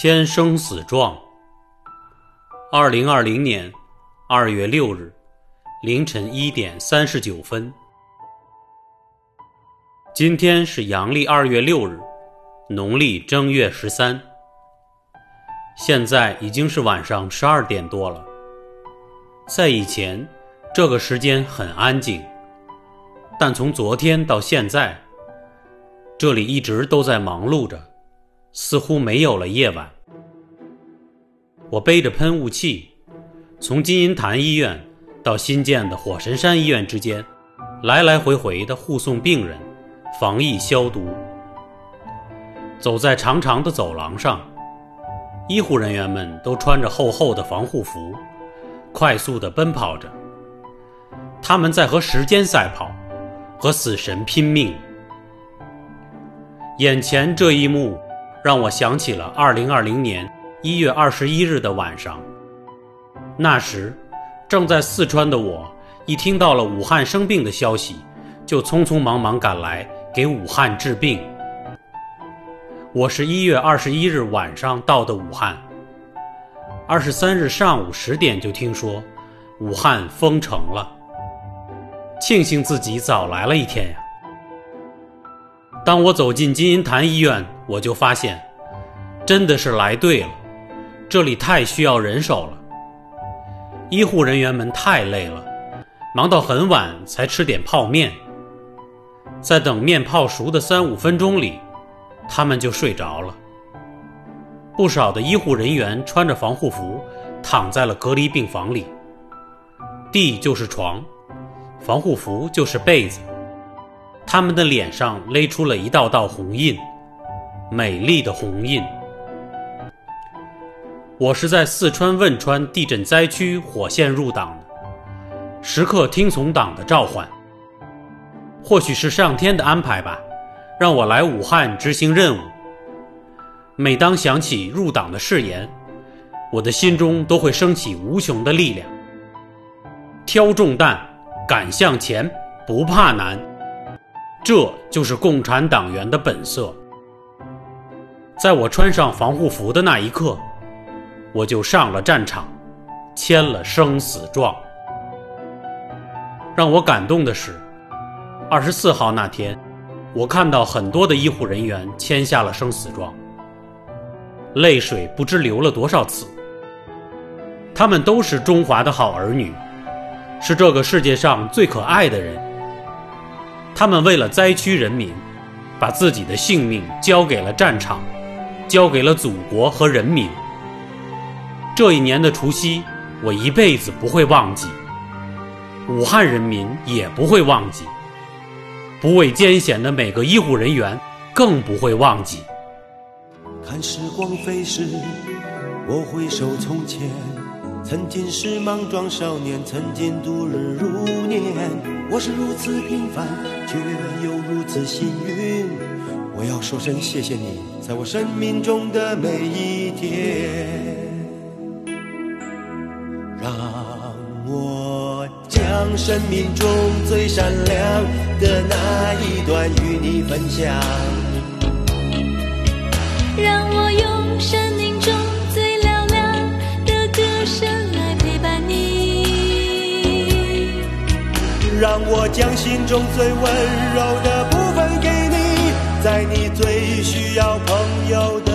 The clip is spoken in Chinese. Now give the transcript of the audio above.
签生死状。2020年2月6日凌晨1点39分。今天是阳历2月6日，农历正月13。现在已经是晚上12点多了。在以前，这个时间很安静，但从昨天到现在，这里一直都在忙碌着，似乎没有了夜晚。我背着喷雾器，从金银潭医院到新建的火神山医院之间，来来回回地护送病人，防疫消毒。走在长长的走廊上，医护人员们都穿着厚厚的防护服，快速地奔跑着。他们在和时间赛跑，和死神拼命。眼前这一幕让我想起了2020年1月21日的晚上。那时正在四川的我，一听到了武汉生病的消息，就匆匆忙忙赶来给武汉治病。我是1月21日晚上到的武汉，23日上午10点就听说武汉封城了，庆幸自己早来了一天呀。当我走进金银潭医院，我就发现真的是来对了，这里太需要人手了。医护人员们太累了，忙到很晚才吃点泡面，在等面泡熟的3-5分钟里，他们就睡着了。不少的医护人员穿着防护服躺在了隔离病房里，地就是床，防护服就是被子，他们的脸上勒出了一道道红印，美丽的红印。我是在四川汶川地震灾区火线入党的，时刻听从党的召唤。或许是上天的安排吧，让我来武汉执行任务。每当想起入党的誓言，我的心中都会升起无穷的力量。挑重担，敢向前，不怕难，这就是共产党员的本色。在我穿上防护服的那一刻，我就上了战场，签了生死状。让我感动的是，24号那天，我看到很多的医护人员签下了生死状，泪水不知流了多少次。他们都是中华的好儿女，是这个世界上最可爱的人。他们为了灾区人民，把自己的性命交给了战场，交给了祖国和人民。这一年的除夕，我一辈子不会忘记，武汉人民也不会忘记，不畏艰险的每个医护人员更不会忘记。 看时光飞逝，我回首从前，曾经是莽撞少年，曾经度日如年。我是如此平凡，却又如此幸运。我要说声谢谢你，在我生命中的每一天。让我将生命中最闪亮的那一段与你分享， 让我用生命中最嘹亮的歌声来陪伴你， 让我将心中最温柔的部分给你，在你最需要朋友